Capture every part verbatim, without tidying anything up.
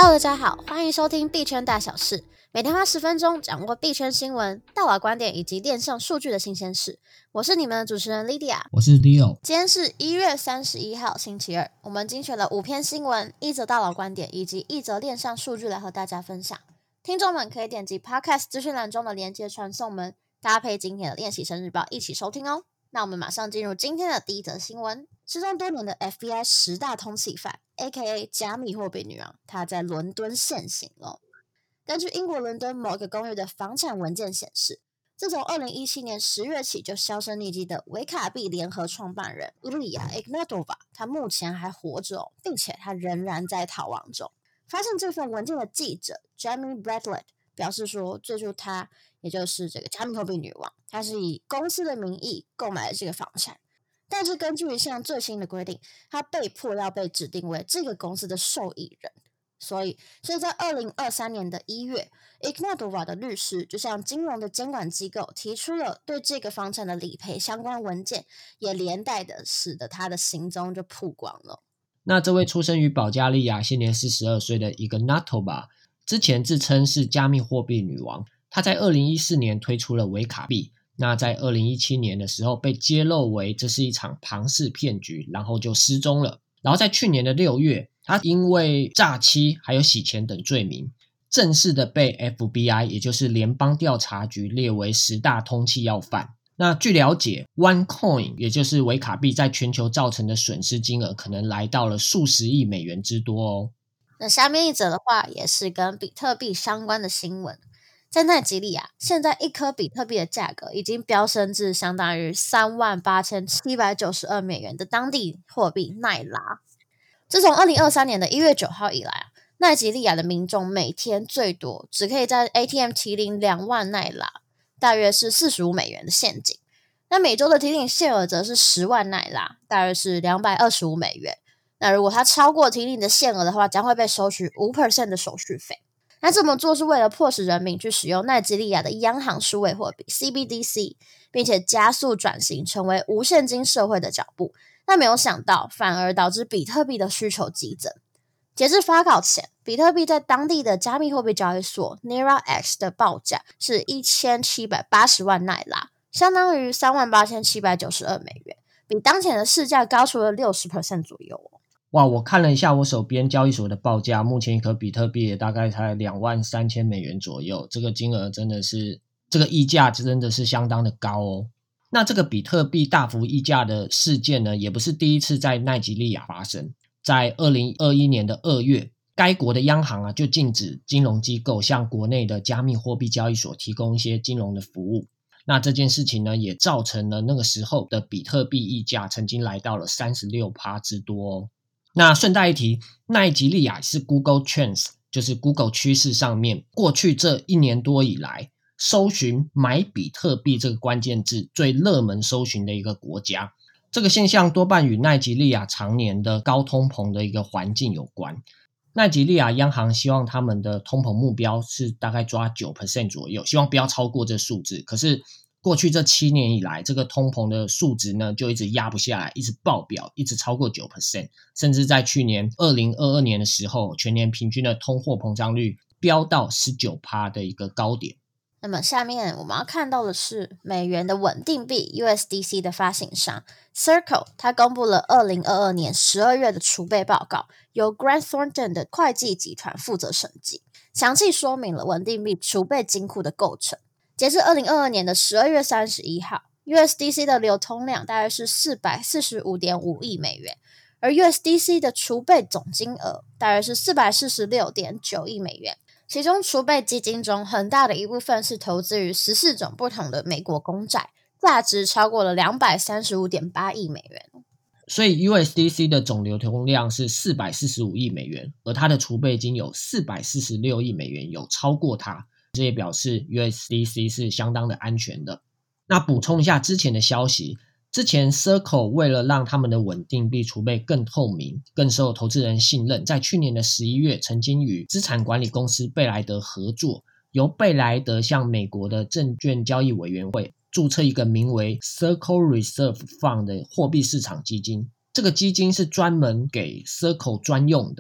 Hello， 大家好，欢迎收听币圈大小事，每天花十分钟掌握币圈新闻、大佬观点以及链上数据的新鲜事。我是你们的主持人 Lydia， 我是 Leo。 今天是一月三十一号，星期二，我们精选了五篇新闻、一则大佬观点以及一则链上数据来和大家分享。听众们可以点击 Podcast 资讯栏中的连接传送门，搭配今天的练习生日报一起收听哦。那我们马上进入今天的第一则新闻。失踪多年的 F B I 十大通缉犯 A K A 加密货币女王，她在伦敦现形了。根据英国伦敦某个公寓的房产文件显示，自从二零一七年十月起就销声匿迹的维卡币联合创办人 Ilya Ignatova， 他目前还活着、哦、并且他仍然在逃亡中。发现这份文件的记者 Jamie Bradley 表示说，最初他也就是这个加密货币女王，他是以公司的名义购买了这个房产，但是根据一项最新的规定，他被迫要被指定为这个公司的受益人。所以，所以在二零二三年的一月 Ignatova 的律师就向金融的监管机构提出了对这个房产的理赔相关文件，也连带的使得他的行踪就曝光了。 那这位出生于保加利亚、现年四十二岁的 Ignatova， 之前自称是加密货币女王。她在二零一四年推出了维卡币，那在二零一七年的时候被揭露为这是一场庞氏骗局，然后就失踪了。然后在去年的六月，她因为诈欺还有洗钱等罪名，正式的被 F B I 也就是联邦调查局列为十大通缉要犯。那据了解 OneCoin 也就是维卡币在全球造成的损失金额可能来到了数十亿美元之多哦。 那下面一则的话也是跟比特币相关的新闻。在奈及利亚，现在一颗比特币的价格已经飙升至相当于三万八千七百九十二美元的当地货币奈拉。自从二零二三年的一月九号以来啊，奈及利亚的民众每天最多只可以在 A T M 提领两万奈拉，大约是四十五美元的现金。那每周的提领限额则是十万奈拉，大约是两百二十五美元。那如果它超过提领的限额的话，将会被收取 百分之五 的手续费。那这么做是为了迫使人民去使用奈及利亚的央行数位货币 C B D C， 并且加速转型成为无现金社会的脚步。但没有想到，反而导致比特币的需求激增。截至发稿前，比特币在当地的加密货币交易所 NeraX 的报价是一千七百八十万奈拉，相当于三万八千七百九十二美元，比当前的市价高出了 百分之六十 左右哦。 哇，我看了一下我手边交易所的报价，目前一颗比特币也大概才两万三千美元左右，这个金额真的是，这个溢价真的是相当的高哦。那这个比特币大幅溢价的事件呢，也不是第一次在奈及利亚发生。在二零二一年的二月，该国的央行啊就禁止金融机构向国内的加密货币交易所提供一些金融的服务。那这件事情呢，也造成了那个时候的比特币溢价曾经来到了 百分之三十六 之多哦。那顺带一提，奈及利亚是 Google Trends， 就是 Google 趋势上面过去这一年多以来搜寻买比特币这个关键字最热门搜寻的一个国家。这个现象多半与奈及利亚常年的高通膨的一个环境有关。奈及利亚央行希望他们的通膨目标是大概抓 百分之九 左右，希望不要超过这数字。可是过去这七年以来，这个通膨的数值呢就一直压不下来，一直爆表，一直超过 百分之九， 甚至在去年二零二二年的时候，全年平均的通货膨胀率飙到 百分之十九 的一个高点。 那么下面我们要看到的是美元的稳定币 U S D C 的发行商 Circle， 它公布了二零二二年十二月的储备报告，由 Grant Thornton 的会计集团负责审计，详细说明了稳定币储备金库的构成。截至二零二二年的十二月三十一号 U S D C 的流通量大约是 四百四十五点五亿美元，而 U S D C 的储备总金额大约是 四百四十六点九亿美元。其中储备基金中很大的一部分是投资于十四种不同的美国公债，价值超过了 两百三十五点八亿美元。 所以 U S D C 的总流通量是四百四十五亿美元，而它的储备金有四百四十六亿美元，有超过它，这也表示 U S D C 是相当的安全的。那补充一下之前的消息，之前 Circle 为了让他们的稳定币储备更透明，更受投资人信任，在去年的十一月曾经与资产管理公司贝莱德合作，由贝莱德向美国的证券交易委员会注册一个名为 Circle Reserve Fund 的货币市场基金。这个基金是专门给 Circle 专用的，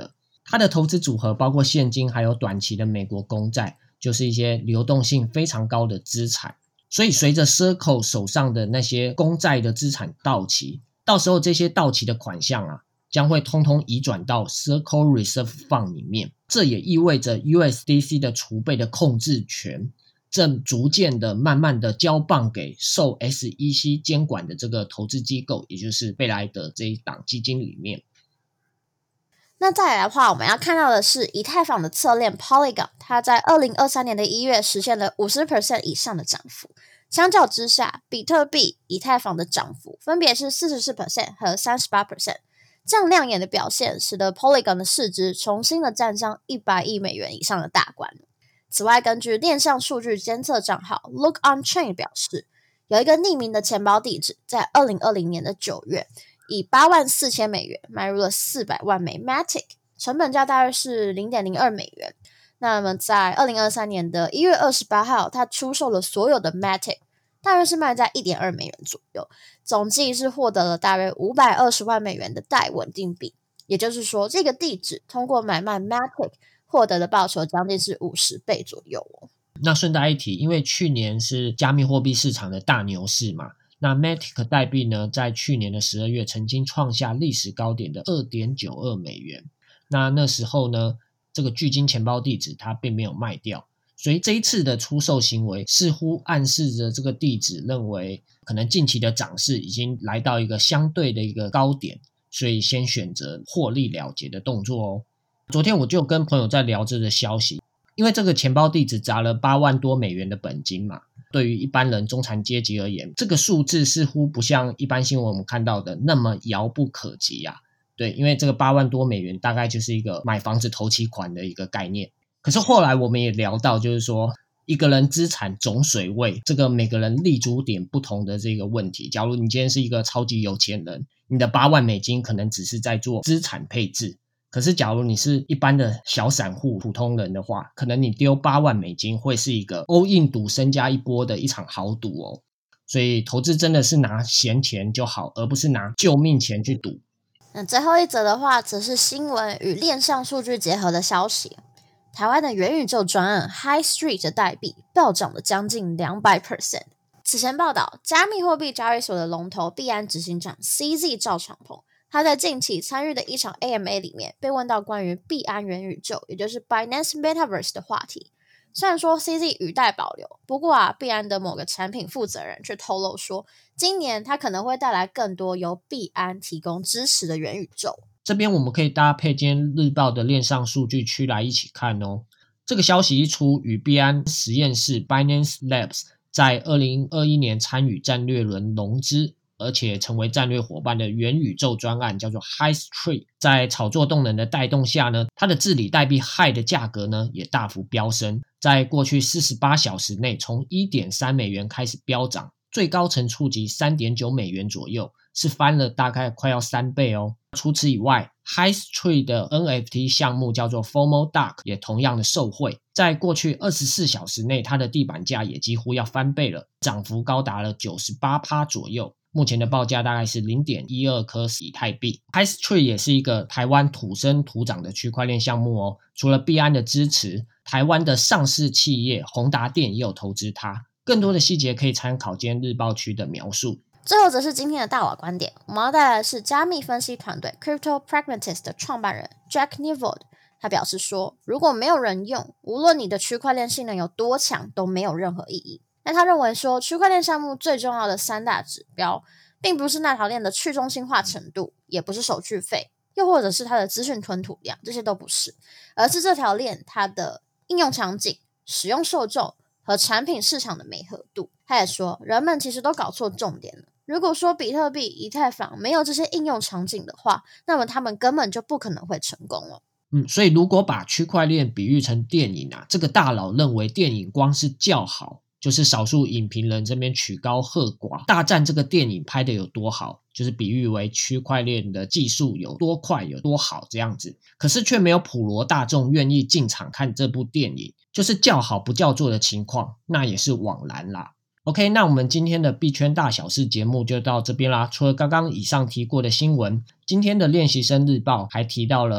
它的投资组合包括现金还有短期的美国公债，就是一些流动性非常高的资产。所以随着 Circle 手上的那些公债的资产到期，到时候这些到期的款项啊，将会通通移转到 Circle Reserve Fund 里面。这也意味着 U S D C 的储备的控制权正逐渐的慢慢的交棒给受 S E C 监管的这个投资机构，也就是贝莱德这一档基金里面。 那再来的话，我们要看到的是以太坊的侧链 Polygon， 它在二零二三年的一月实现了 百分之五十 以上的涨幅。相较之下，比特币、以太坊的涨幅分别是 百分之四十四 和 百分之三十八。这样亮眼的表现使得 Polygon 的市值重新的站上一百亿美元以上的大关。此外，根据链上数据监测账号 Look On Chain 表示，有一个匿名的钱包地址在二零二零年的九月以八万四千美元买入了四百万枚 Matic， 成本价大约是 零点零二美元。那么在二零二三年的一月二十八号，他出售了所有的 Matic， 大约是卖在 一点二美元左右，总计是获得了大约五百二十万美元的代稳定币。也就是说，这个地址通过买卖 Matic 获得的报酬将近是五十倍左右哦。 那顺带一提，因为去年是加密货币市场的大牛市嘛，那 Matic 代币呢，在去年的十二月曾经创下历史高点的 二点九二美元。那那时候呢，这个巨鲸钱包地址它并没有卖掉，所以这一次的出售行为似乎暗示着这个地址认为可能近期的涨势已经来到一个相对的一个高点，所以先选择获利了结的动作哦。昨天我就跟朋友在聊这个消息，因为这个钱包地址砸了八万多美元的本金嘛，对于一般人中产阶级而言，这个数字似乎不像一般新闻我们看到的那么遥不可及啊。对，因为这个八万多美元大概就是一个买房子头期款的一个概念。可是后来我们也聊到，就是说一个人资产总水位，这个每个人立足点不同的这个问题。假如你今天是一个超级有钱人，你的八万美金可能只是在做资产配置，可是假如你是一般的小散户普通人的话，可能你丢八万美金会是一个 all in 赌身家一波的一场豪赌哦。所以投资真的是拿闲钱就好，而不是拿救命钱去赌。 那最后一则的话，则是新闻与链上数据结合的消息。台湾的元宇宙专案 High Street 的代币暴涨了将近 百分之两百。此前报道，加密货币交易所的龙头币安执行长 C Z 赵长鹏，他在近期参与的一场 A M A 里面被问到关于币安元宇宙，也就是 Binance Metaverse 的话题。虽然说 C Z 语带保留，不过啊，币安的某个产品负责人却透露说，今年它可能会带来更多由币安提供支持的元宇宙。 这边我们可以搭配今天日报的链上数据区来一起看哦。这个消息一出，与币安实验室 Binance Labs 在二零二一年参与战略轮融资，而且成为战略伙伴的元宇宙专案叫做 High Street， 在炒作动能的带动下呢，它的治理代币 High 的价格呢也大幅飙升，在过去四十八小时内从 一点三美元开始飙涨，最高曾触及 三点九美元左右，是翻了大概快要三倍哦。除此以外， High Street 的 N F T 项目叫做 FOMO Duck 也同样的受惠，在过去二十四小时内它的地板价也几乎要翻倍了，涨幅高达了 百分之九十八 左右，目前的报价大概是 零点一二颗以太币。 High Street 也是一个台湾土生土长的区块链项目哦，除了币安的支持，台湾的上市企业宏达电也有投资它，更多的细节可以参考今天日报区的描述。 最后则是今天的大佬观点，我们要带来的是加密分析团队 Crypto Pragmatist 的创办人 Jack Newvold。 他表示说，如果没有人用，无论你的区块链性能有多强都没有任何意义。那他认为说，区块链项目最重要的三大指标并不是那条链的去中心化程度，也不是手续费，又或者是它的资讯吞吐量，这些都不是，而是这条链它的应用场景、使用受众和产品市场的媒合度。他也说，人们其实都搞错重点了。如果说比特币、以太坊没有这些应用场景的话，那么他们根本就不可能会成功了。 嗯，所以如果把区块链比喻成电影啊，这个大佬认为电影光是叫好，就是少数影评人这边曲高和寡，大战这个电影拍的有多好，就是比喻为区块链的技术有多快有多好这样子，可是却没有普罗大众愿意进场看这部电影，就是叫好不叫座的情况，那也是枉然啦。OK， 那我们今天的币圈大小事节目就到这边啦。除了刚刚以上提过的新闻，今天的练习生日报还提到了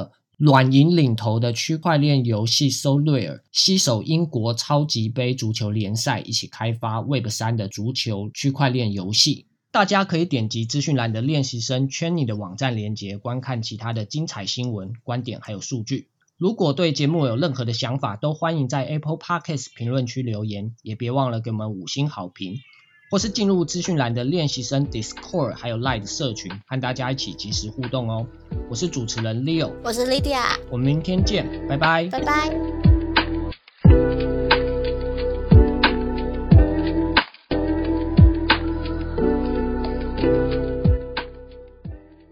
软银领投的区块链游戏 Solare 携手英国超级杯足球联赛一起开发 Web 三 的足球区块链游戏。大家可以点击资讯栏的练习生圈你的网站连结，观看其他的精彩新闻、观点还有数据。如果对节目有任何的想法，都欢迎在 Apple Podcast 评论区留言，也别忘了给我们五星好评，或是进入资讯栏的练习生 Discord 还有 Line 的社群，和大家一起即时互动哦。我是主持人 Leo， 我是 Lydia， 我们明天见，拜拜， 拜拜。